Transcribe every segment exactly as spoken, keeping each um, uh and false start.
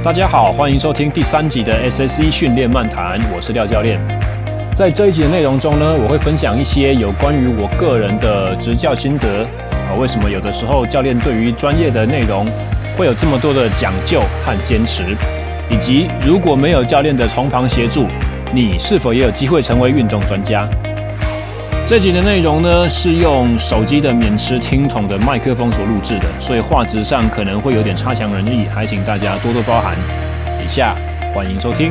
大家好，欢迎收听第三集的 S S E 训练漫谈，我是廖教练。在这一集的内容中呢，我会分享一些有关于我个人的执教心得啊，为什么有的时候教练对于专业的内容会有这么多的讲究和坚持，以及如果没有教练的从旁协助，你是否也有机会成为运动专家？这集的内容呢是用手机的免持听筒的麦克风所录制的，所以画质上可能会有点差强人意，还请大家多多包涵。以下欢迎收听。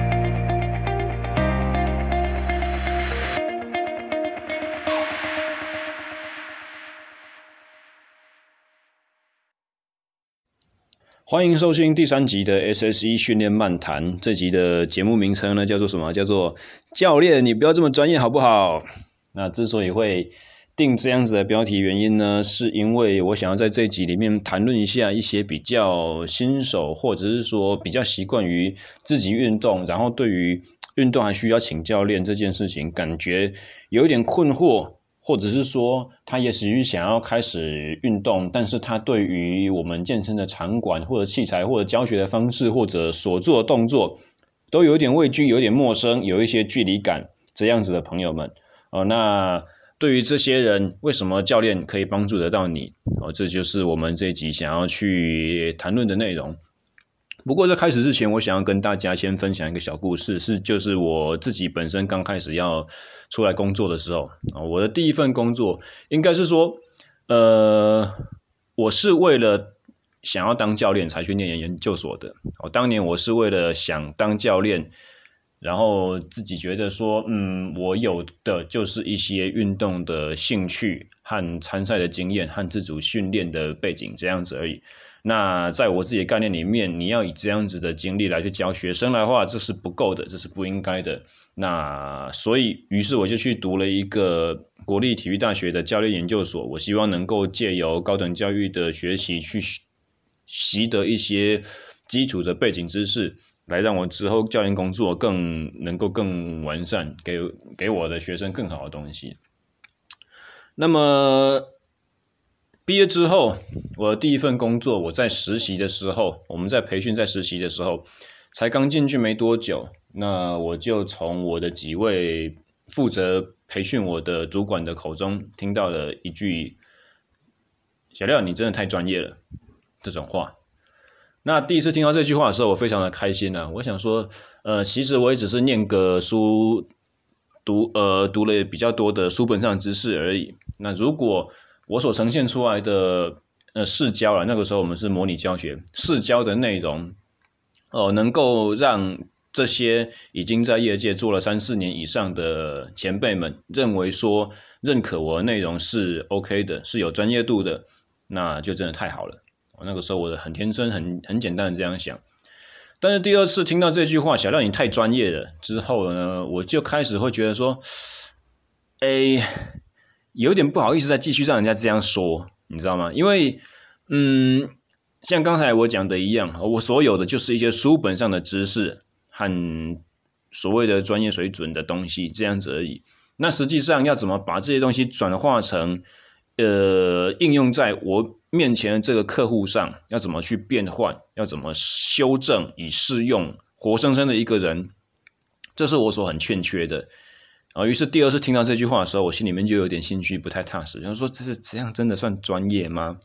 欢迎收听第三集的 S S E 训练漫谈。这集的节目名称呢叫做什么？叫做教练，你不要这么专业好不好？那之所以会定这样子的标题原因呢，是因为我想要在这一集里面谈论一下一些比较新手，或者是说比较习惯于自己运动，然后对于运动还需要请教练这件事情感觉有一点困惑，或者是说他也许想要开始运动，但是他对于我们健身的场馆或者器材或者教学的方式或者所做的动作都有点畏惧，有点陌生，有一些距离感，这样子的朋友们哦，那对于这些人，为什么教练可以帮助得到你？哦，这就是我们这一集想要去谈论的内容。不过在开始之前，我想要跟大家先分享一个小故事，是就是我自己本身刚开始要出来工作的时候，哦，我的第一份工作应该是说，呃，我是为了想要当教练才去念研究所的。哦，当年我是为了想当教练。然后自己觉得说，嗯，我有的就是一些运动的兴趣和参赛的经验和自主训练的背景这样子而已。那在我自己的概念里面，你要以这样子的经历来去教学生的话，这是不够的，这是不应该的。那所以，于是我就去读了一个国立体育大学的教练研究所。我希望能够借由高等教育的学习，去习得一些基础的背景知识。来让我之后教练工作更能够更完善，给给我的学生更好的东西。那么毕业之后，我的第一份工作，我在实习的时候，我们在培训在实习的时候，才刚进去没多久，那我就从我的几位负责培训我的主管的口中听到了一句：“小廖，你真的太专业了。”这种话。那第一次听到这句话的时候，我非常的开心啊！我想说，呃，其实我也只是念个书，读呃读了比较多的书本上的知识而已。那如果我所呈现出来的呃试教啊，那个时候我们是模拟教学，试教的内容，哦、呃，能够让这些已经在业界做了三四年以上的前辈们认为说认可我的内容是 OK 的，是有专业度的，那就真的太好了。那个时候我很天真很很简单的这样想，但是第二次听到这句话，小廖你太专业了之后呢，我就开始会觉得说，哎，有点不好意思再继续让人家这样说，你知道吗？因为嗯，像刚才我讲的一样，我所有的就是一些书本上的知识和所谓的专业水准的东西这样子而已。那实际上要怎么把这些东西转化成呃应用在我面前的这个客户上，要怎么去变换，要怎么修正以适用活生生的一个人，这是我所很欠缺的啊。于是第二次听到这句话的时候，我心里面就有点心虚，不太踏实，然后说这是这样真的算专业吗？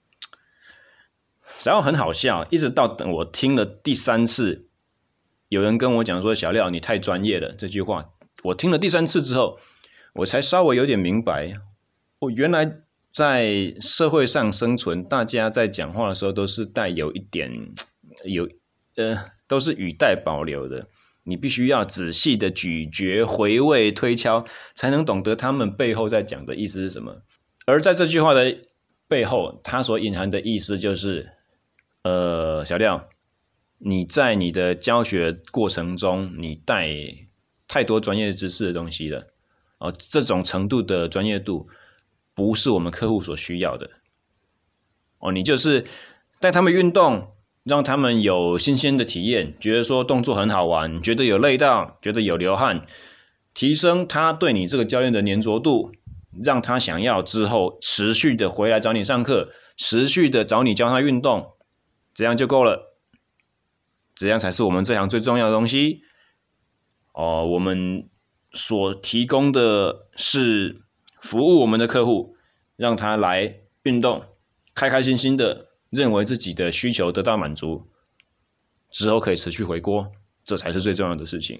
然后很好笑，一直到等我听了第三次，有人跟我讲说小廖你太专业了这句话，我听了第三次之后，我才稍微有点明白，我原来在社会上生存，大家在讲话的时候都是带有一点有呃，都是语带保留的。你必须要仔细的咀嚼、回味、推敲，才能懂得他们背后在讲的意思是什么。而在这句话的背后，它所隐含的意思就是，呃，小廖，你在你的教学过程中，你带太多专业知识的东西了，哦，这种程度的专业度。不是我们客户所需要的哦，你就是带他们运动，让他们有新鲜的体验，觉得说动作很好玩，觉得有累到，觉得有流汗，提升他对你这个教练的黏着度，让他想要之后持续的回来找你上课，持续的找你教他运动，这样就够了。 这样才是我们这行最重要的东西。哦，我们所提供的是服务我们的客户，让他来运动，开开心心的，认为自己的需求得到满足之后可以持续回锅，这才是最重要的事情。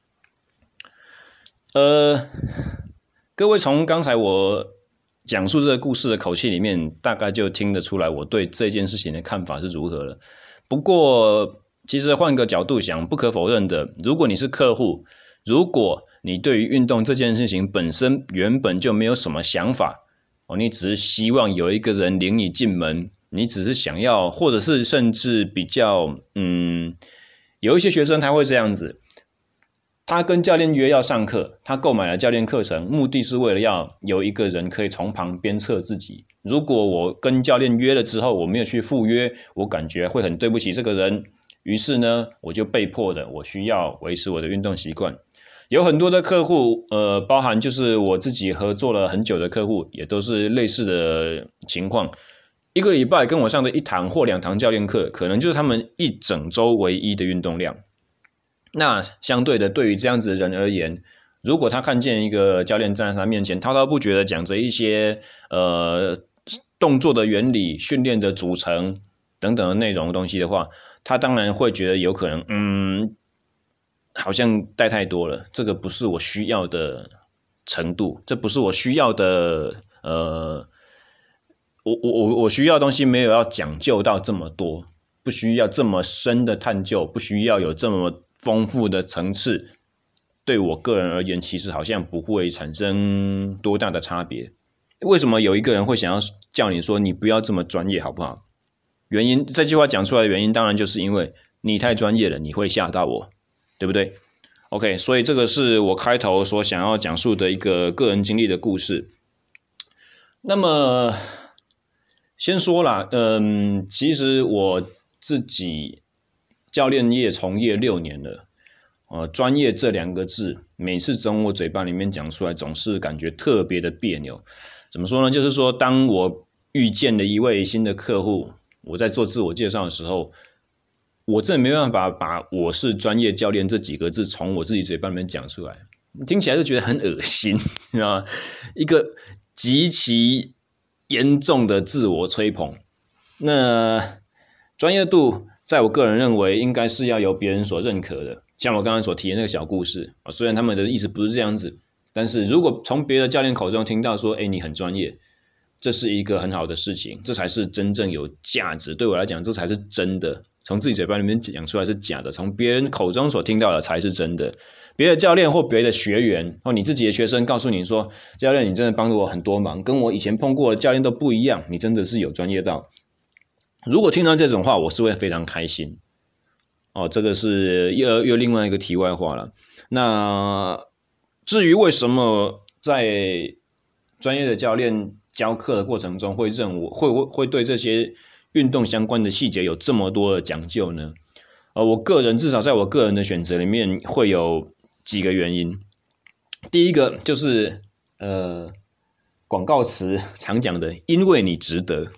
呃，各位从刚才我讲述这个故事的口气里面，大概就听得出来我对这件事情的看法是如何了。不过其实换个角度想，不可否认的，如果你是客户，如果你对于运动这件事情本身原本就没有什么想法，哦，你只是希望有一个人领你进门，你只是想要，或者是甚至比较嗯，有一些学生他会这样子，他跟教练约要上课，他购买了教练课程，目的是为了要有一个人可以从旁鞭策自己。如果我跟教练约了之后，我没有去赴约，我感觉会很对不起这个人，于是呢，我就被迫的，我需要维持我的运动习惯。有很多的客户，呃，包含就是我自己合作了很久的客户，也都是类似的情况。一个礼拜跟我上的一堂或两堂教练课，可能就是他们一整周唯一的运动量。那相对的，对于这样子的人而言，如果他看见一个教练站在他面前，滔滔不绝的讲着一些呃动作的原理、训练的组成等等的内容的东西的话，他当然会觉得有可能，嗯，好像带太多了，这个不是我需要的程度，这不是我需要的，呃，我我我我需要的东西没有要讲究到这么多，不需要这么深的探究，不需要有这么丰富的层次，对我个人而言，其实好像不会产生多大的差别。为什么有一个人会想要叫你说你不要这么专业好不好？原因，这句话讲出来的原因，当然就是因为你太专业了，你会吓到我，对不对 ？OK， 所以这个是我开头所想要讲述的一个个人经历的故事。那么先说啦，嗯，其实我自己教练业从业六年了，呃，专业这两个字，每次从我嘴巴里面讲出来，总是感觉特别的别扭。怎么说呢？就是说，当我遇见了一位新的客户，我在做自我介绍的时候，我真的没办法把我是专业教练这几个字从我自己嘴巴里面讲出来，听起来就觉得很恶心，你知道吗？一个极其严重的自我吹捧。那专业度，在我个人认为，应该是要由别人所认可的。像我刚刚所提的那个小故事，虽然他们的意思不是这样子，但是如果从别的教练口中听到说，哎，你很专业，这是一个很好的事情，这才是真正有价值。对我来讲，这才是真的。从自己嘴巴里面讲出来是假的，从别人口中所听到的才是真的。别的教练或别的学员或你自己的学生告诉你说，教练，你真的帮了我很多忙，跟我以前碰过的教练都不一样，你真的是有专业到。如果听到这种话，我是会非常开心。哦，这个是又又另外一个题外话了。那至于为什么在专业的教练教课的过程中会认我会会对这些运动相关的细节有这么多的讲究呢？呃，我个人至少在我个人的选择里面会有几个原因。第一个就是呃广告词常讲的，因为你值得。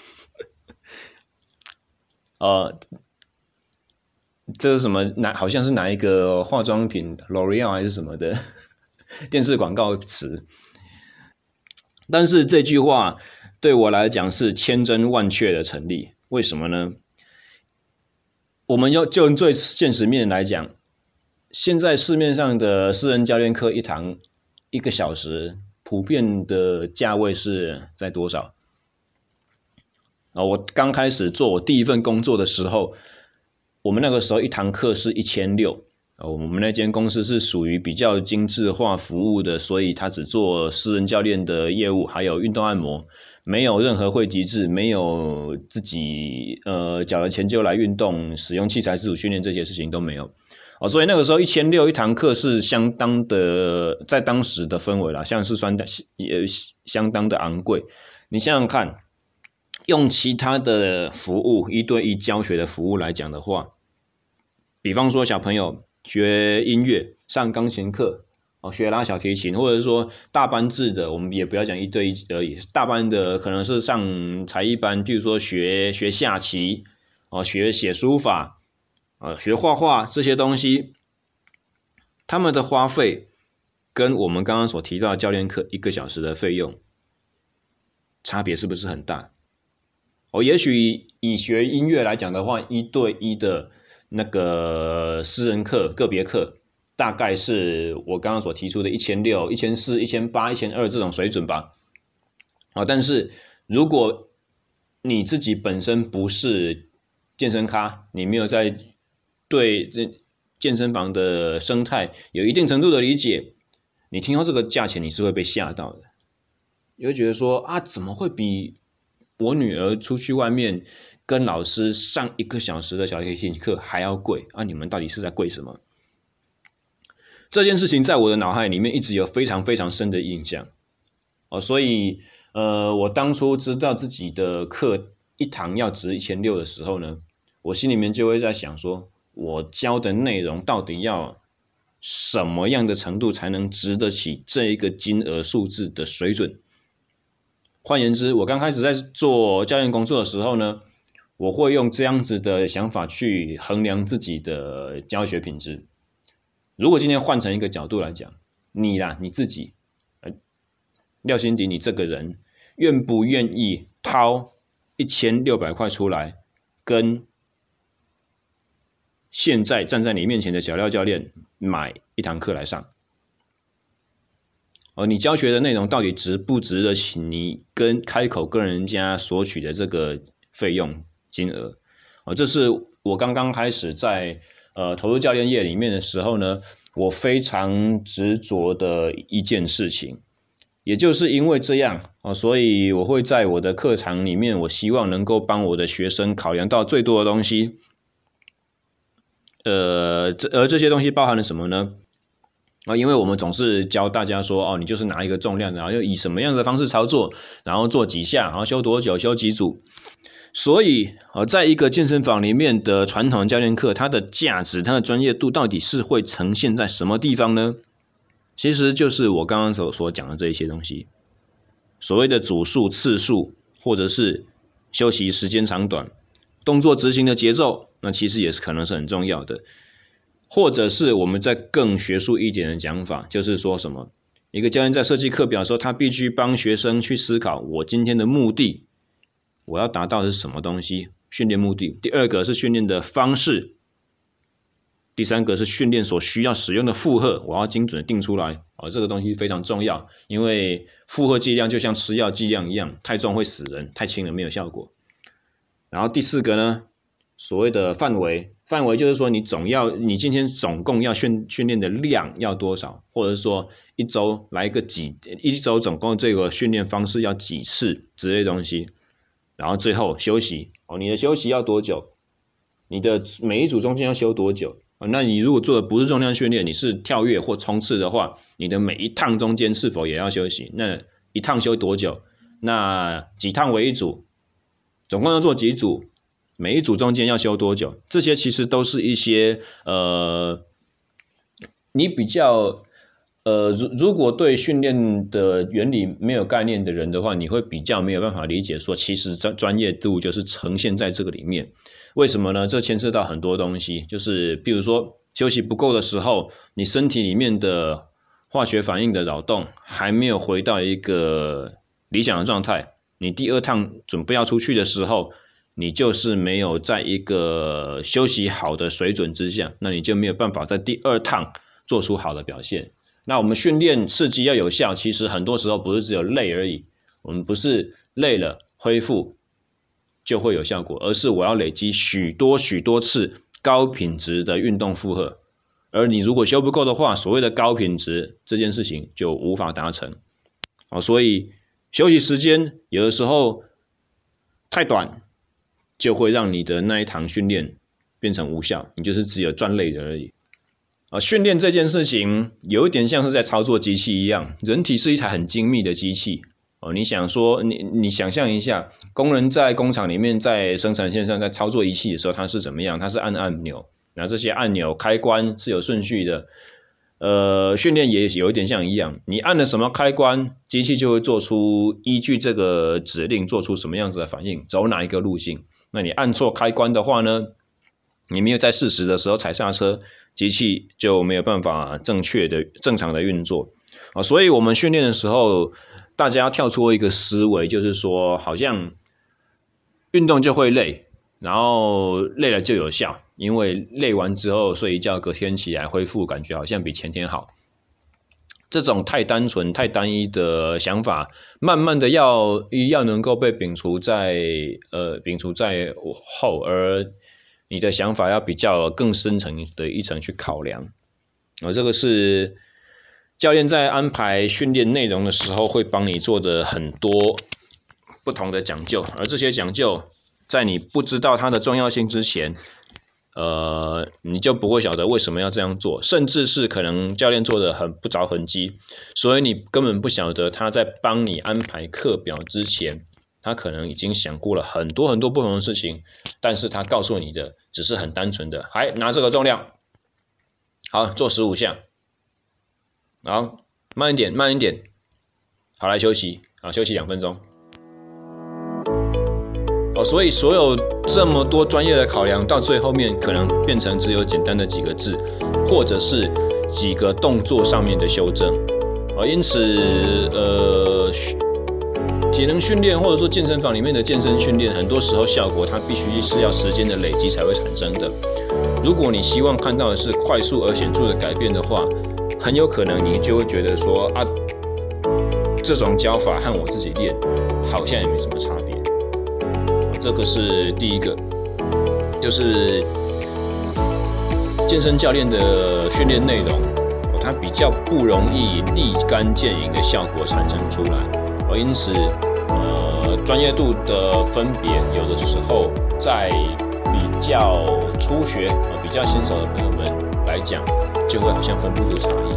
呃，这是什么？哪好像是哪一个化妆品 L'Oreal 还是什么的电视广告词？但是这句话对我来讲是千真万确的成立。为什么呢？我们要就最现实面来讲，现在市面上的私人教练课一堂一个小时，普遍的价位是在多少？啊，我刚开始做我第一份工作的时候，我们那个时候一堂课是一千六。我们那间公司是属于比较精致化服务的，所以他只做私人教练的业务，还有运动按摩，没有任何会籍制，没有自己呃缴了钱就来运动，使用器材自主训练这些事情都没有。哦，所以那个时候一千六一堂课是相当的，在当时的氛围啦，像是算也相当的昂贵。你想想看，用其他的服务一对一教学的服务来讲的话，比方说小朋友学音乐上钢琴课，哦，学拉小提琴，或者是说大班制的，我们也不要讲一对一而已，大班的可能是上才艺班，譬如说学学下棋，哦，学写书法， 呃学画画这些东西，他们的花费跟我们刚刚所提到的教练课一个小时的费用差别是不是很大？哦，也许以学音乐来讲的话，一对一的那个私人课、个别课，大概是我刚刚所提出的一千六百、一千四百、一千八百、一千二百这种水准吧。啊，但是如果你自己本身不是健身咖，你没有在对这健身房的生态有一定程度的理解，你听到这个价钱，你是会被吓到的。你会觉得说啊，怎么会比我女儿出去外面跟老师上一个小时的小提琴课还要贵啊？你们到底是在贵什么？这件事情在我的脑海里面一直有非常非常深的印象哦，所以呃，我当初知道自己的课一堂要值一千六百的时候呢，我心里面就会在想说，我教的内容到底要什么样的程度才能值得起这一个金额数字的水准？换言之，我刚开始在做教练工作的时候呢，我会用这样子的想法去衡量自己的教学品质。如果今天换成一个角度来讲，你啦，你自己，呃，廖心迪，你这个人愿不愿意掏一千六百块出来，跟现在站在你面前的小廖教练买一堂课来上？哦，你教学的内容到底值不值得起你跟开口跟人家索取的这个费用金额？哦，这是我刚刚开始在呃投入教练业里面的时候呢，我非常执着的一件事情。也就是因为这样哦，所以我会在我的课堂里面，我希望能够帮我的学生考量到最多的东西。呃，这而这些东西包含了什么呢？啊，因为我们总是教大家说，哦，你就是拿一个重量，然后又以什么样的方式操作，然后做几下，然后修多久，修几组。所以，呃，在一个健身房里面的传统教练课，它的价值、它的专业度到底是会呈现在什么地方呢？其实就是我刚刚所所讲的这一些东西，所谓的组数、次数，或者是休息时间长短，动作执行的节奏，那其实也是可能是很重要的。或者是我们在更学术一点的讲法，就是说什么，一个教练在设计课表的时候，他必须帮学生去思考，我今天的目的，我要达到的是什么东西，训练目的。第二个是训练的方式，第三个是训练所需要使用的负荷，我要精准的定出来。哦，这个东西非常重要，因为负荷剂量就像吃药剂量一样，太重会死人，太轻了没有效果。然后第四个呢，所谓的范围，范围就是说你总要，你今天总共要训训练的量要多少，或者说一周来一个几，一周总共这个训练方式要几次之类的东西。然后最后休息，哦，你的休息要多久？你的每一组中间要休多久？哦，那你如果做的不是重量训练，你是跳跃或冲刺的话，你的每一趟中间是否也要休息？那一趟休多久？那几趟为一组？总共要做几组？每一组中间要休多久？这些其实都是一些呃，你比较呃，如如果对训练的原理没有概念的人的话，你会比较没有办法理解说，其实专专业度就是呈现在这个里面。为什么呢？这牵涉到很多东西，就是比如说休息不够的时候，你身体里面的化学反应的扰动还没有回到一个理想的状态，你第二趟准备要出去的时候，你就是没有在一个休息好的水准之下，那你就没有办法在第二趟做出好的表现。那我们训练刺激要有效，其实很多时候不是只有累而已，我们不是累了恢复就会有效果，而是我要累积许多许多次高品质的运动负荷，而你如果休不够的话，所谓的高品质这件事情就无法达成。哦，所以休息时间有的时候太短，就会让你的那一堂训练变成无效，你就是只有赚累的而已。呃，训练这件事情有一点像是在操作机器一样，人体是一台很精密的机器。哦，你想说，你你想象一下，工人在工厂里面，在生产线上在操作仪器的时候，他是怎么样？他是按按钮，然后这些按钮开关是有顺序的。呃，训练也有一点像一样，你按了什么开关，机器就会做出依据这个指令做出什么样子的反应，走哪一个路径。那你按错开关的话呢， 你没有在适时的时候踩刹车，机器就没有办法正确的正常的运作啊。所以我们训练的时候，大家要跳出一个思维，就是说好像运动就会累，然后累了就有效，因为累完之后睡一觉，隔天起来恢复感觉好像比前天好。这种太单纯、太单一的想法，慢慢的要要能够被摒除在呃摒除在后，而你的想法要比较更深层的一层去考量。而、呃、这个是教练在安排训练内容的时候会帮你做的很多不同的讲究，而这些讲究在你不知道它的重要性之前，呃，你就不会晓得为什么要这样做，甚至是可能教练做的很不着痕迹，所以你根本不晓得他在帮你安排课表之前，他可能已经想过了很多很多不同的事情，但是他告诉你的只是很单纯的，还拿这个重量，好，做十五下，好，慢一点，慢一点，好，来休息，好，休息两分钟。哦，所以所有这么多专业的考量，到最后面可能变成只有简单的几个字，或者是几个动作上面的修正。哦，因此，呃，体能训练或者说健身房里面的健身训练，很多时候效果它必须是要时间的累积才会产生的。如果你希望看到的是快速而显著的改变的话，很有可能你就会觉得说啊，这种教法和我自己练好像也没什么差别。这个是第一个，就是健身教练的训练内容，它比较不容易立竿见影的效果产生出来，而因此，呃，专业度的分别，有的时候在比较初学、呃、比较新手的朋友们来讲，就会好像分不出差异。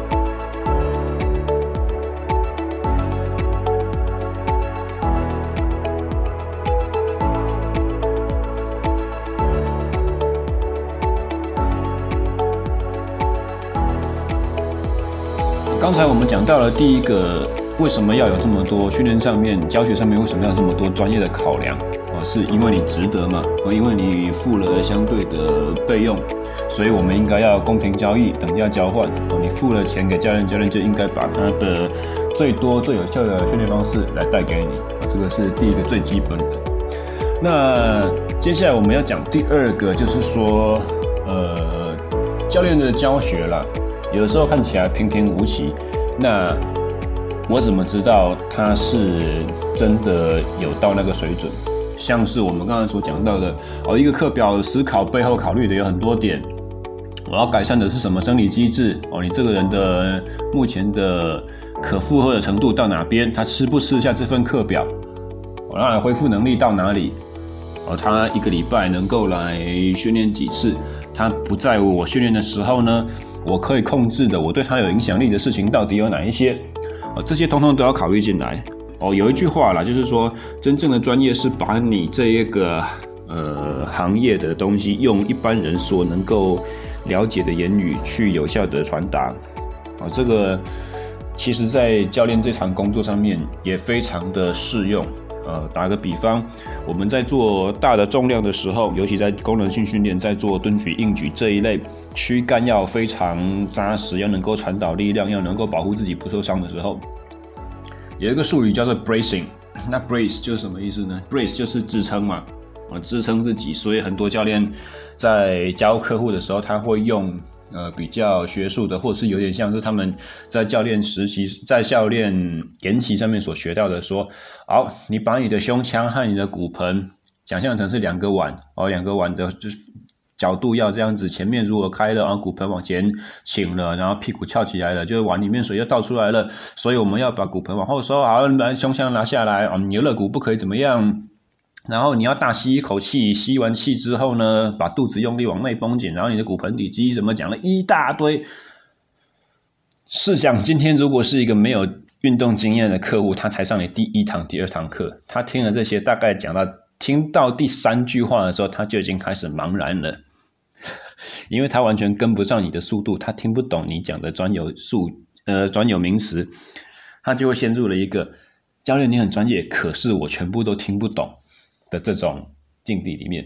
刚才我们讲到了第一个，为什么要有这么多训练上面、教学上面为什么要有这么多专业的考量？哦，是因为你值得嘛？哦，因为你付了相对的费用，所以我们应该要公平交易、等价交换。哦，你付了钱给教练，教练就应该把他的最多、最有效的训练方式来带给你。哦，这个是第一个最基本的。那接下来我们要讲第二个，就是说，呃，教练的教学啦。有的时候看起来平平无奇，那我怎么知道他是真的有到那个水准？像是我们刚才所讲到的，哦，一个课表思考背后考虑的有很多点，我要改善的是什么生理机制？哦，你这个人的目前的可负荷的程度到哪边？他吃不吃下这份课表？哦，他的恢复能力到哪里？哦，他一个礼拜能够来训练几次？他不在我训练的时候呢，我可以控制的，我对他有影响力的事情到底有哪一些？哦，这些通通都要考虑进来。哦，有一句话啦，就是说，真正的专业是把你这一个呃行业的东西，用一般人所能够了解的言语去有效的传达。哦，这个其实在教练这场工作上面也非常的适用。呃，打个比方，我们在做大的重量的时候，尤其在功能性训练，在做蹲举、硬举这一类，躯干要非常扎实，要能够传导力量，要能够保护自己不受伤的时候，有一个术语叫做 bracing。那 brace 就是什么意思呢？ brace 就是支撑嘛，啊，支撑自己。所以很多教练在教客户的时候，他会用呃比较学术的，或者是有点像是他们在教练实习、在教练研习上面所学到的，说，好，你把你的胸腔和你的骨盆想象成是两个碗，哦，两个碗的就是角度要这样子，前面如果开了，然后骨盆往前倾了，然后屁股翘起来了，就是碗里面水就倒出来了，所以我们要把骨盆往后收，好，把胸腔拿下来，哦，你的肋骨不可以怎么样。然后你要大吸一口气，吸完气之后呢，把肚子用力往内绷紧，然后你的骨盆底肌怎么讲了一大堆。试想今天如果是一个没有运动经验的客户，他才上你第一堂、第二堂课，他听了这些，大概讲到听到第三句话的时候，他就已经开始茫然了，因为他完全跟不上你的速度，他听不懂你讲的专有术呃专有名词，他就会陷入了一个教练你很专业，可是我全部都听不懂的这种境地里面。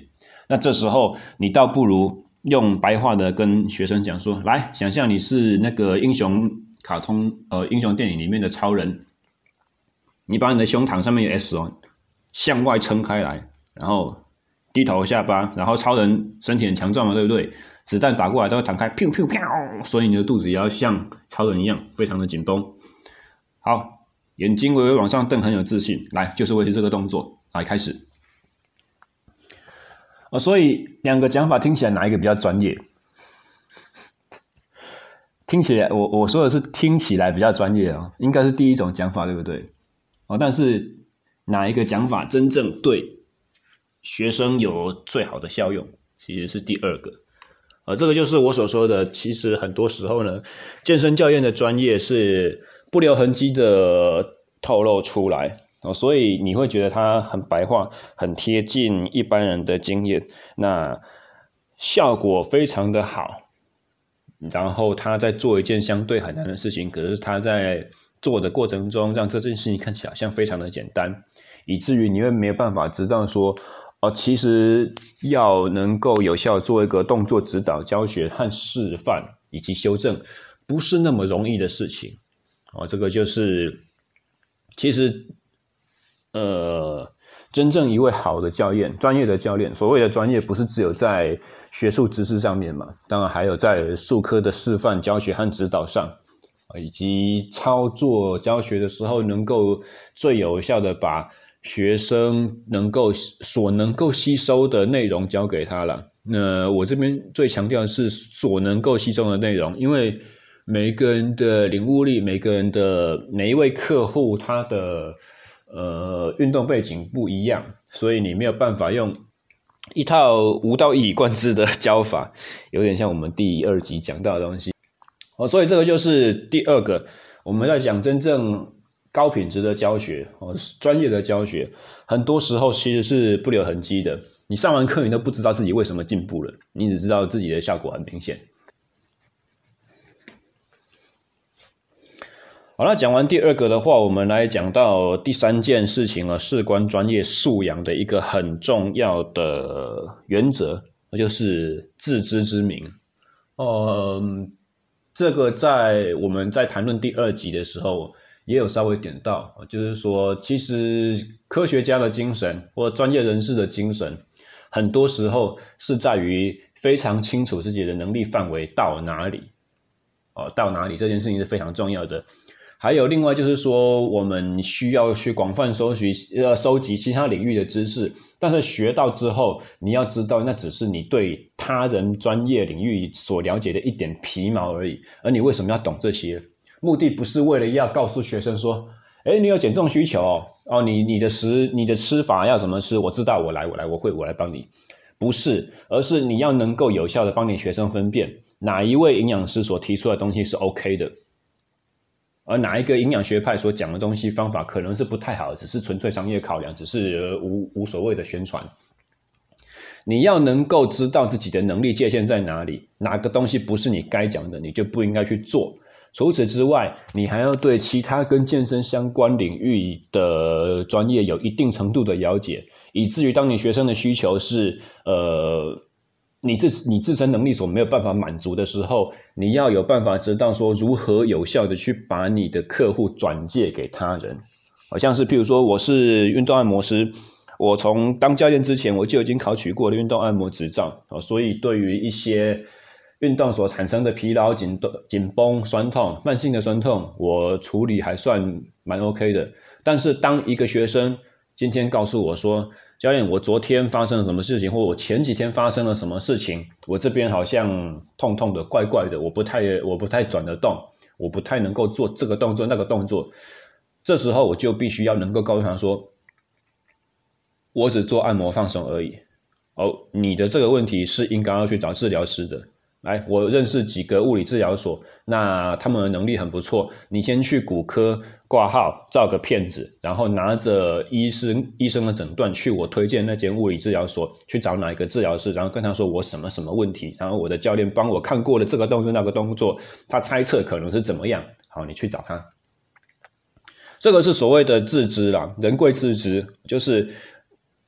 那这时候你倒不如用白话的跟学生讲说，来，想象你是那个英雄卡通呃英雄电影里面的超人，你把你的胸膛上面有 S 哦，向外撑开来，然后低头下巴，然后超人身体很强壮嘛，对不对？子弹打过来都会弹开，噗噗噗，所以你的肚子也要像超人一样，非常的紧绷。好，眼睛微微往上瞪，很有自信。来，就是为了这个动作，来开始。哦，所以两个讲法听起来哪一个比较专业？听起来，我我说的是听起来比较专业哦，应该是第一种讲法，对不对？哦，但是哪一个讲法真正对学生有最好的效用，其实是第二个。呃，这个就是我所说的，其实很多时候呢，健身教练的专业是不留痕迹的透露出来。哦，所以你会觉得他很白话，很贴近一般人的经验，那效果非常的好。然后他在做一件相对很难的事情，可是他在做的过程中，让这件事情看起来好像非常的简单，以至于你会没有办法知道说，哦，其实要能够有效做一个动作指导、教学和示范以及修正，不是那么容易的事情。哦，这个就是其实。呃，真正一位好的教练，专业的教练，所谓的专业不是只有在学术知识上面嘛，当然还有在术科的示范、教学和指导上，以及操作教学的时候，能够最有效的把学生能够所能够吸收的内容教给他了。那我这边最强调的是所能够吸收的内容，因为每一个人的领悟力，每个人的每一位客户他的呃，运动背景不一样，所以你没有办法用一套无道一以贯之的教法，有点像我们第二集讲到的东西。哦，所以这个就是第二个，我们在讲真正高品质的教学，哦，专业的教学，很多时候其实是不留痕迹的。你上完课，你都不知道自己为什么进步了，你只知道自己的效果很明显。好，那讲完第二个的话，我们来讲到第三件事情了，事关专业素养的一个很重要的原则，那就是自知之明。呃，这个在我们在谈论第二集的时候也有稍微点到，就是说，其实科学家的精神或专业人士的精神，很多时候是在于非常清楚自己的能力范围到哪里，哦，到哪里这件事情是非常重要的。还有另外就是说，我们需要去广泛收集呃收集其他领域的知识，但是学到之后，你要知道那只是你对他人专业领域所了解的一点皮毛而已。而你为什么要懂这些？目的不是为了要告诉学生说，哎，你有减重需求哦，哦你你的食你的吃法要怎么吃？我知道，我来我来我会我来帮你。不是，而是你要能够有效的帮你学生分辨哪一位营养师所提出的东西是 OK 的。而哪一个营养学派所讲的东西方法可能是不太好，只是纯粹商业考量，只是无无所谓的宣传。你要能够知道自己的能力界限在哪里，哪个东西不是你该讲的，你就不应该去做。除此之外，你还要对其他跟健身相关领域的专业有一定程度的了解，以至于当你学生的需求是呃。你自你自身能力所没有办法满足的时候，你要有办法知道说如何有效的去把你的客户转介给他人。好像是譬如说我是运动按摩师，我从当教练之前我就已经考取过了运动按摩执照，所以对于一些运动所产生的疲劳、紧紧绷、酸痛、慢性的酸痛，我处理还算蛮 OK 的。但是当一个学生今天告诉我说，教练，我昨天发生了什么事情，或我前几天发生了什么事情，我这边好像痛痛的、怪怪的，我不太我不太转得动，我不太能够做这个动作那个动作。这时候我就必须要能够告诉他说，我只做按摩放松而已。哦，你的这个问题是应该要去找治疗师的。来，我认识几个物理治疗所，那他们的能力很不错。你先去骨科挂号，照个片子，然后拿着医生医生的诊断去我推荐那间物理治疗所，去找哪一个治疗师，然后跟他说我什么什么问题，然后我的教练帮我看过了这个动作那个动作，他猜测可能是怎么样。好，你去找他。这个是所谓的自知啦，人贵自知，就是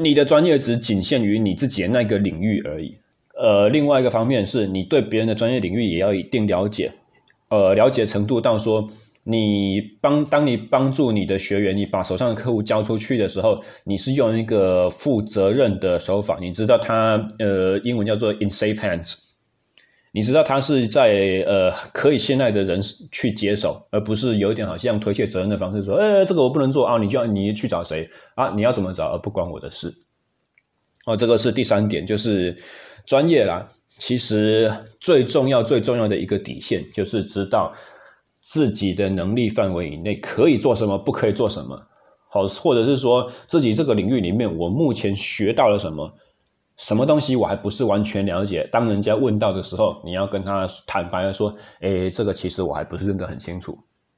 你的专业只仅限于你自己的那个领域而已。呃，另外一个方面是你对别人的专业领域也要一定了解，呃，了解程度到说，你帮当你帮助你的学员，你把手上的客户交出去的时候，你是用一个负责任的手法，你知道他呃英文叫做 in safe hands， 你知道他是在呃可以信赖的人去接手，而不是有一点好像推卸责任的方式说，呃这个我不能做啊，你就要你去找谁啊，你要怎么找，而不关我的事。哦，这个是第三点，就是专业啦。其实最重要最重要的一个底线就是知道自己的能力范围以内可以做什么，不可以做什么。好，或者是说自己这个领域里面我目前学到了什么，什么东西我还不是完全了解，当人家问到的时候，你要跟他坦白的说，诶，这个其实我还不是认得很清楚。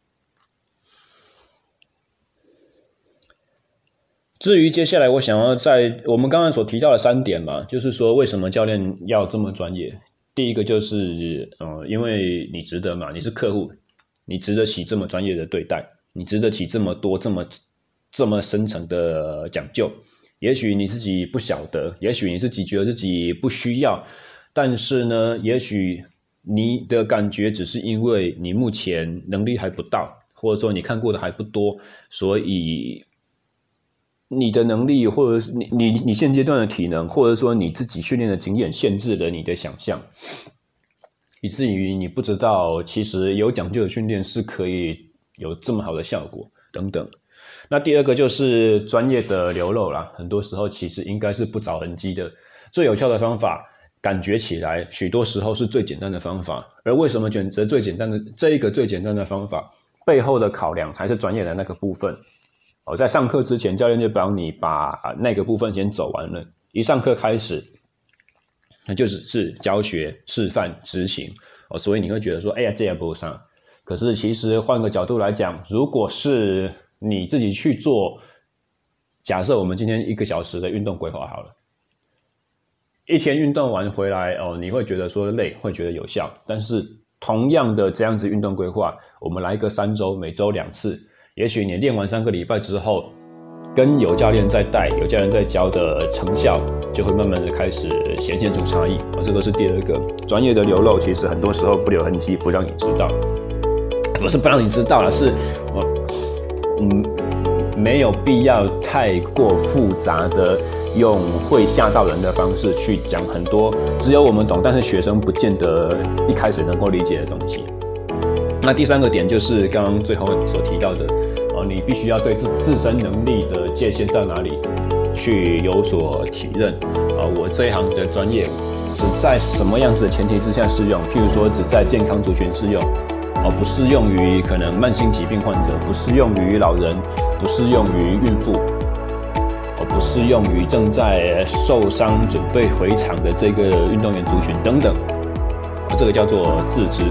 至于接下来我想要在我们刚才所提到的三点嘛，就是说为什么教练要这么专业。第一个就是呃，因为你值得嘛，你是客户，你值得起这么专业的对待，你值得起这么多这么这么深层的讲究。也许你自己不晓得，也许你自己觉得自己不需要，但是呢，也许你的感觉只是因为你目前能力还不到，或者说你看过的还不多，所以你的能力，或者是你你你现阶段的体能，或者说你自己训练的经验限制了你的想象，以至于你不知道其实有讲究的训练是可以有这么好的效果等等。那第二个就是专业的流露啦，很多时候其实应该是不着痕迹的。最有效的方法感觉起来许多时候是最简单的方法，而为什么选择最简单的这一个最简单的方法，背后的考量才是专业的那个部分。哦，在上课之前，教练就帮你把那个部分先走完了。一上课开始，那就只是教学、示范、执行。哦，所以你会觉得说，哎呀，这也不上。可是其实换个角度来讲，如果是你自己去做，假设我们今天一个小时的运动规划好了，一天运动完回来，哦，你会觉得说累，会觉得有效。但是同样的这样子运动规划，我们来个三周，每周两次。也许你练完三个礼拜之后，跟有教练在带、有教练在教的成效，就会慢慢的开始显现出差异。哦，这个是第二个，专业的流露，其实很多时候不留痕迹，不让你知道，不是不让你知道了，是，嗯，没有必要太过复杂的用会吓到人的方式去讲很多只有我们懂，但是学生不见得一开始能够理解的东西。那第三个点就是刚刚最后所提到的，哦，你必须要对自自身能力的界限在哪里去有所体认。啊，我这一行的专业只在什么样子的前提之下适用？譬如说，只在健康族群适用，哦，不适用于可能慢性疾病患者，不适用于老人，不适用于孕妇，哦，不适用于正在受伤准备回场的这个运动员族群等等。哦，这个叫做自知。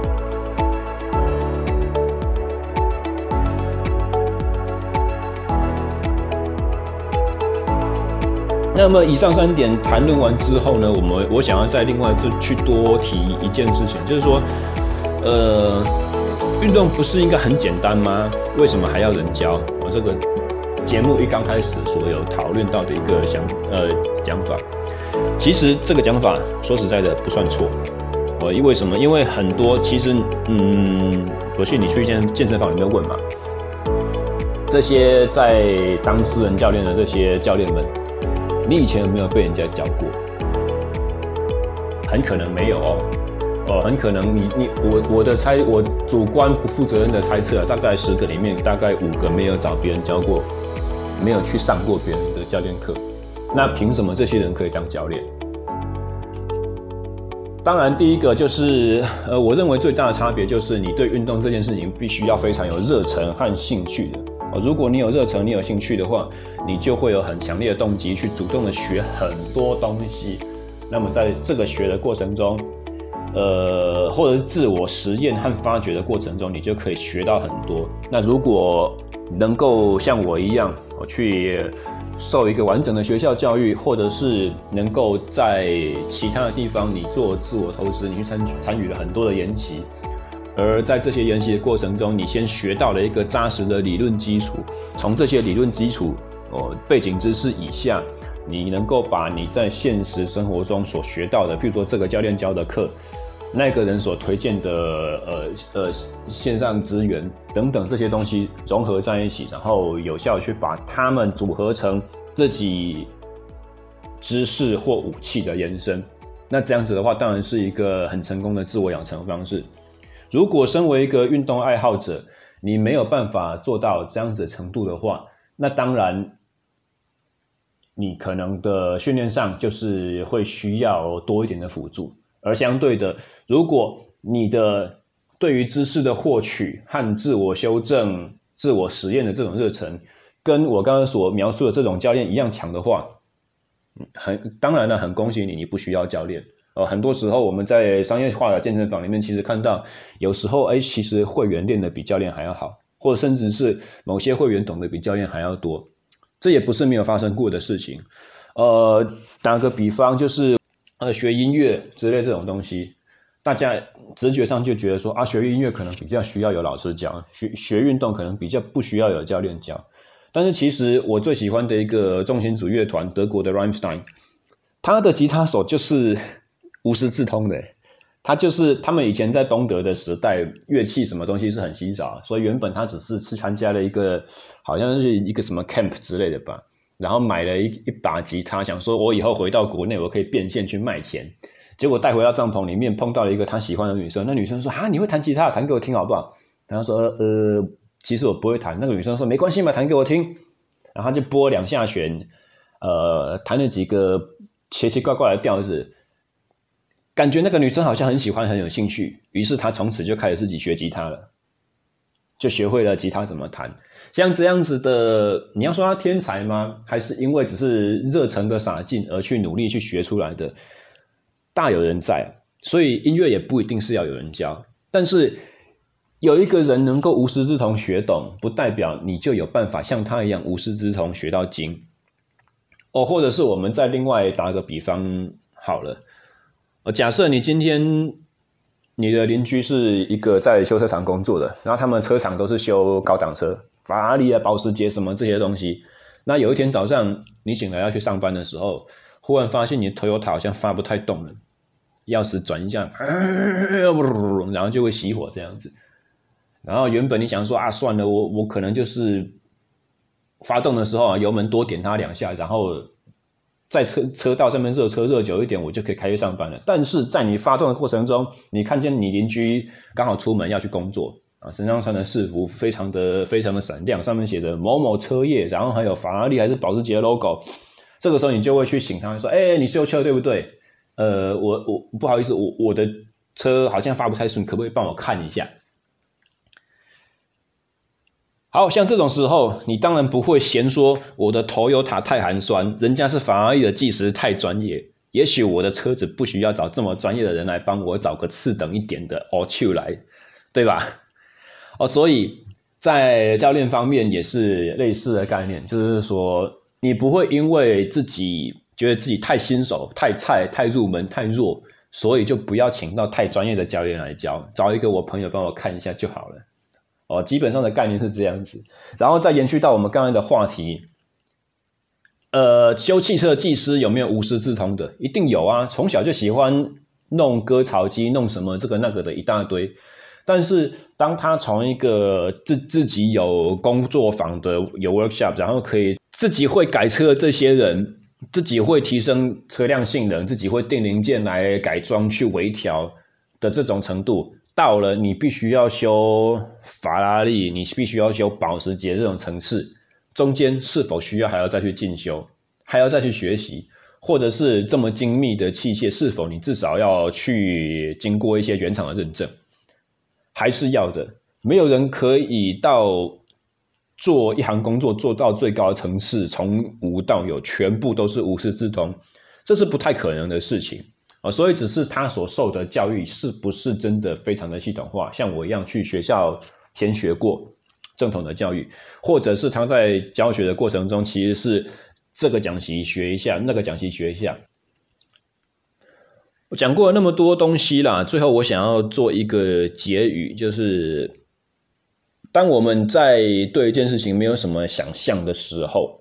那么以上三点谈论完之后呢，我们我想要再另外就去多提一件事情，就是说，呃，运动不是应该很简单吗？为什么还要人教？我这个节目一刚开始所有讨论到的一个想呃讲法，其实这个讲法说实在的不算错。哦，因为什么？因为很多其实嗯，回去你去健健身房里面问嘛，这些在当私人教练的这些教练们。你以前有没有被人家教过？很可能没有哦，哦，很可能你你我我的猜，我主观不负责任的猜测啊，大概十个里面大概五个没有找别人教过，没有去上过别人的教练课，那凭什么这些人可以当教练？当然，第一个就是呃，我认为最大的差别就是你对运动这件事情必须要非常有热忱和兴趣的。如果你有热忱，你有兴趣的话，你就会有很强烈的动机去主动的学很多东西。那么在这个学的过程中，呃，或者是自我实验和发掘的过程中，你就可以学到很多。那如果能够像我一样，我去受一个完整的学校教育，或者是能够在其他的地方你做自我投资，你去参参与了很多的研习。而在这些研习的过程中，你先学到了一个扎实的理论基础，从这些理论基础哦背景知识以下，你能够把你在现实生活中所学到的，譬如说这个教练教的课，那个人所推荐的呃呃线上资源等等这些东西融合在一起，然后有效去把它们组合成自己知识或武器的延伸。那这样子的话，当然是一个很成功的自我养成方式。如果身为一个运动爱好者，你没有办法做到这样子的程度的话，那当然你可能的训练上就是会需要多一点的辅助。而相对的，如果你的对于知识的获取和自我修正、自我实验的这种热忱，跟我刚刚所描述的这种教练一样强的话，很当然了，很恭喜你，你不需要教练。呃，很多时候我们在商业化的健身房里面，其实看到有时候，哎，其实会员练的比教练还要好，或者甚至是某些会员懂得比教练还要多，这也不是没有发生过的事情。呃，打个比方，就是呃学音乐之类这种东西，大家直觉上就觉得说啊，学音乐可能比较需要有老师教，学学运动可能比较不需要有教练教。但是其实我最喜欢的一个重金属乐团，德国的 Rammstein， 他的吉他手就是无师自通的，他就是他们以前在东德的时代，乐器什么东西是很稀少，所以原本他只是去参加了一个好像是一个什么 camp 之类的吧，然后买了一一把吉他，想说我以后回到国内我可以变现去卖钱，结果带回到帐篷里面碰到了一个他喜欢的女生，那女生说啊你会弹吉他，弹给我听好不好？然后说呃其实我不会弹，那个女生说没关系嘛，弹给我听，然后他就拨两下弦，呃弹了几个奇奇怪怪的调子。感觉那个女生好像很喜欢很有兴趣，于是她从此就开始自己学吉他了，就学会了吉他怎么弹。像这样子的，你要说她天才吗？还是因为只是热忱的洒劲而去努力去学出来的，大有人在。所以音乐也不一定是要有人教，但是有一个人能够无师自通学懂，不代表你就有办法像他一样无师自通学到精。哦，或者是我们再另外打个比方好了。假设你今天你的邻居是一个在修车厂工作的，然后他们车厂都是修高档车，法拉利啊、保时捷什么这些东西。那有一天早上你醒来要去上班的时候，忽然发现你的 Toyota 好像发不太动了，钥匙转一下，然后就会熄火这样子。然后原本你想说啊，算了，我我可能就是发动的时候啊，油门多点它两下，然后在车车道上面热车热久一点，我就可以开去上班了。但是在你发动的过程中，你看见你邻居刚好出门要去工作啊，身上穿的制服非常的非常的闪亮，上面写着某某车业，然后还有法拉利还是保时捷的 logo。这个时候你就会去醒他，说：“哎、欸，你修车对不对？呃，我我不好意思，我我的车好像发不太顺，可不可以帮我看一下？”好像这种时候，你当然不会嫌说我的Toyota太寒酸，人家是法拉利的技师太专业，也许我的车子不需要找这么专业的人来帮我找个次等一点的 auto 来，对吧？哦，所以在教练方面也是类似的概念，就是说你不会因为自己觉得自己太新手、太菜、太入门、太弱，所以就不要请到太专业的教练来教，找一个我朋友帮我看一下就好了。哦，基本上的概念是这样子，然后再延续到我们刚才的话题，呃，修汽车的技师有没有无师自通的？一定有啊，从小就喜欢弄割草机，弄什么这个那个的一大堆。但是当他从一个自自己有工作坊的有 workshop， 然后可以自己会改车的这些人，自己会提升车辆性能，自己会订零件来改装去微调的这种程度。到了你必须要修法拉利，你必须要修保时捷这种层次，中间是否需要还要再去进修，还要再去学习，或者是这么精密的器械，是否你至少要去经过一些原厂的认证，还是要的。没有人可以到做一行工作做到最高的层次，从无到有全部都是无师自通，这是不太可能的事情。哦、所以只是他所受的教育是不是真的非常的系统化，像我一样去学校先学过正统的教育，或者是他在教学的过程中其实是这个讲习学一下，那个讲习学一下。我讲过了那么多东西啦，最后我想要做一个结语，就是当我们在对一件事情没有什么想象的时候，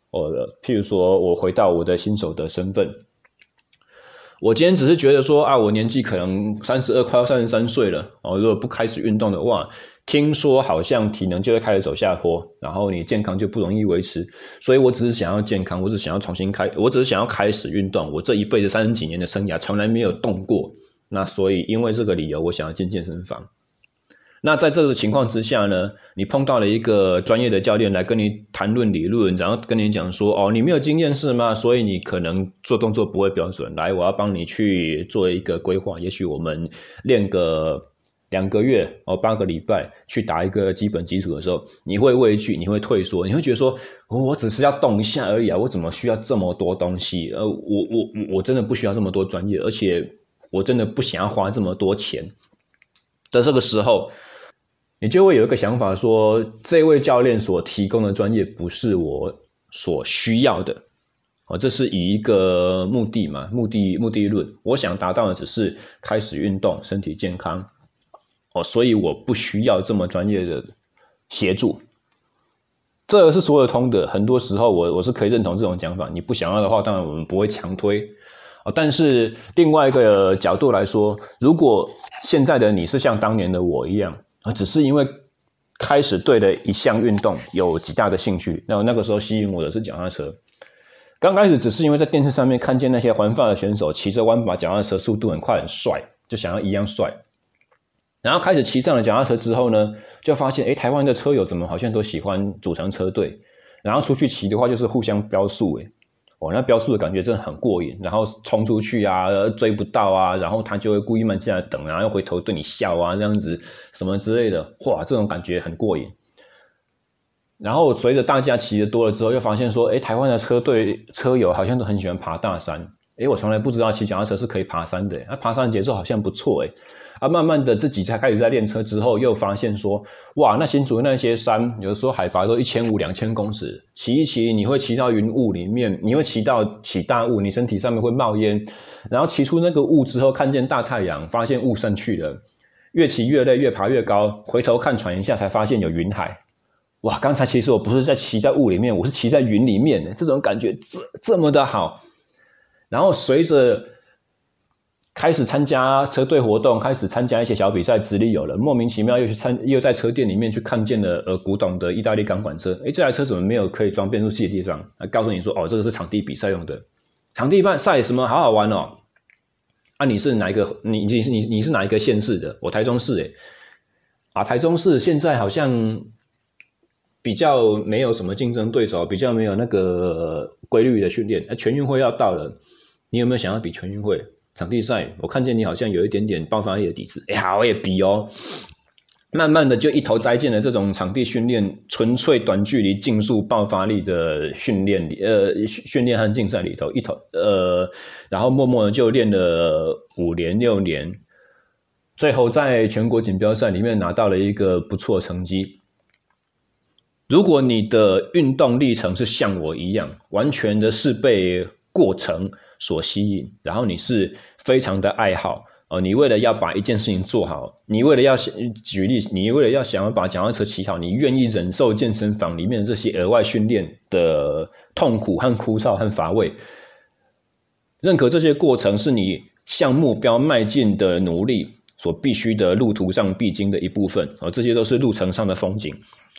哦，譬如说我回到我的新手的身份，我今天只是觉得说啊，我年纪可能三十二，快要三十三岁了哦，如果不开始运动的话，听说好像体能就会开始走下坡，然后你健康就不容易维持，所以我只是想要健康，我只是想要重新开，我只是想要开始运动，我这一辈子三十几年的生涯从来没有动过，那所以因为这个理由，我想要进健身房。那在这个情况之下呢，你碰到了一个专业的教练来跟你谈论理论，然后跟你讲说，哦，你没有经验是吗？所以你可能做动作不会标准。来，我要帮你去做一个规划，也许我们练个两个月哦，八个礼拜去打一个基本基础的时候，你会畏惧，你会退缩，你会觉得说，哦，我只是要动一下而已啊，我怎么需要这么多东西？呃，我我我真的不需要这么多专业，而且我真的不想要花这么多钱。的这个时候，你就会有一个想法说，这位教练所提供的专业不是我所需要的。哦，这是以一个目的嘛，目的目的论，我想达到的只是开始运动，身体健康。哦，所以我不需要这么专业的协助。这个是说得通的，很多时候我我是可以认同这种讲法。你不想要的话，当然我们不会强推。哦，但是另外一个角度来说，如果现在的你是像当年的我一样，只是因为开始对的一项运动有极大的兴趣，那那个时候吸引我的是脚踏车。刚开始只是因为在电视上面看见那些环法的选手骑着弯把脚踏车，速度很快很帅，就想要一样帅。然后开始骑上了脚踏车之后呢，就发现诶，台湾的车友怎么好像都喜欢组成车队，然后出去骑的话就是互相飙速诶。哦，那飙速的感觉真的很过瘾，然后冲出去啊，追不到啊，然后他就会故意慢下来等，然后又回头对你笑啊，这样子什么之类的，哇，这种感觉很过瘾。然后随着大家骑的多了之后，又发现说，诶，台湾的车队车友好像都很喜欢爬大山，诶，我从来不知道骑脚踏车是可以爬山的，那爬山的节奏好像不错诶。啊，慢慢的自己才开始在练车之后，又发现说，哇，那新竹那些山，有的时候海拔都一千五、两千公尺，骑一骑，你会骑到云雾里面，你会骑到起大雾，你身体上面会冒烟，然后骑出那个雾之后，看见大太阳，发现雾散去了，越骑越累，越爬越高，回头看喘一下，才发现有云海。哇，刚才其实我不是在骑在雾里面，我是骑在云里面，这种感觉这这么的好。然后随着开始参加车队活动，开始参加一些小比赛，资历有了，莫名其妙又去参，又在车店里面去看见了呃古董的意大利钢管车，诶，这台车怎么没有可以装变速器的地方？啊，告诉你说，哦，这个是场地比赛用的，场地赛什么好好玩哦。啊，你是哪一个？你你你你是哪一个县市的？我台中市诶。啊，台中市现在好像比较没有什么竞争对手，比较没有那个规律的训练。啊，全运会要到了，你有没有想要比全运会？场地赛，我看见你好像有一点点爆发力的底子，哎，好，我也比哦。慢慢的就一头栽进了这种场地训练，纯粹短距离竞速爆发力的训练里，呃，训练和竞赛里头，一头呃，然后默默的就练了五年六年，最后在全国锦标赛里面拿到了一个不错的成绩。如果你的运动历程是像我一样，完全的是被过程所吸引，然后你是非常的爱好，呃，你为了要把一件事情做好，你为了要举例，你为了要想要把脚踏车骑好，你愿意忍受健身房里面的这些额外训练的痛苦和枯燥和乏味，认可这些过程是你向目标迈进的努力所必须的路途上必经的一部分，呃，这些都是路程上的风景。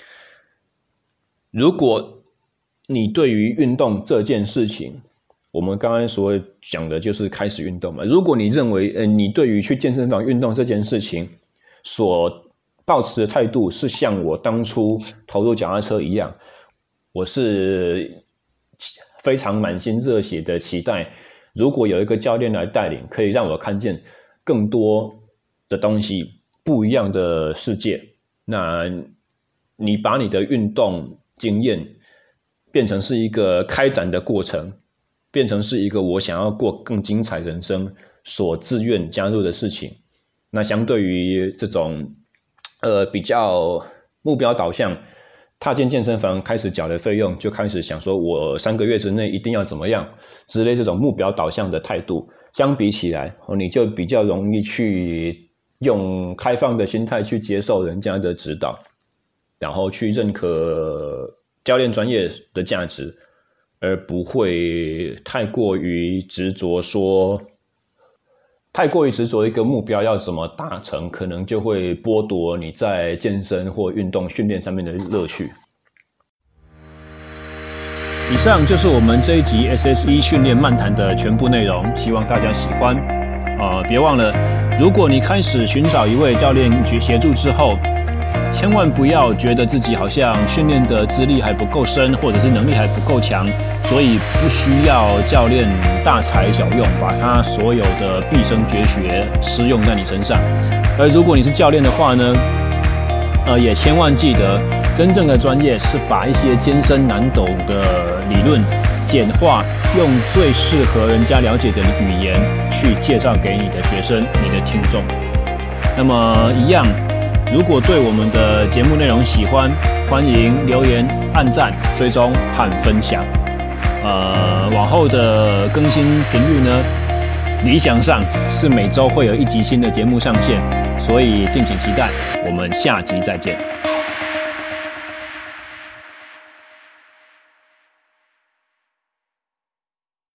如果你对于运动这件事情，我们刚刚所讲的就是开始运动嘛。如果你认为，呃，你对于去健身房运动这件事情所抱持的态度是像我当初投入脚踏车一样，我是非常满心热血的期待，如果有一个教练来带领，可以让我看见更多的东西，不一样的世界。那你把你的运动经验变成是一个开展的过程，变成是一个我想要过更精彩人生所自愿加入的事情。那相对于这种呃比较目标导向，踏进健身房开始缴的费用，就开始想说我三个月之内一定要怎么样之类这种目标导向的态度，相比起来，你就比较容易去用开放的心态去接受人家的指导，然后去认可教练专业的价值， 而不会太过于执着说，太过于执着一个目标要怎么达成，可能就会剥夺你在健身或运动训练上面的乐趣。以上就是我们这一集 S S E 训练漫谈的全部内容，希望大家喜欢。呃，别忘了，如果你开始寻找一位教练协助之后，千万不要觉得自己好像训练的资历还不够深，或者是能力还不够强，所以不需要教练大材小用，把他所有的毕生绝学施用在你身上。而如果你是教练的话呢，呃，也千万记得，真正的专业是把一些艰深难懂的理论简化，用最适合人家了解的语言去介绍给你的学生、你的听众。那么一样，如果对我们的节目内容喜欢，欢迎留言、按赞、追踪和分享。呃，往后的更新频率呢，理想上是每周会有一集新的节目上线，所以敬请期待。我们下集再见。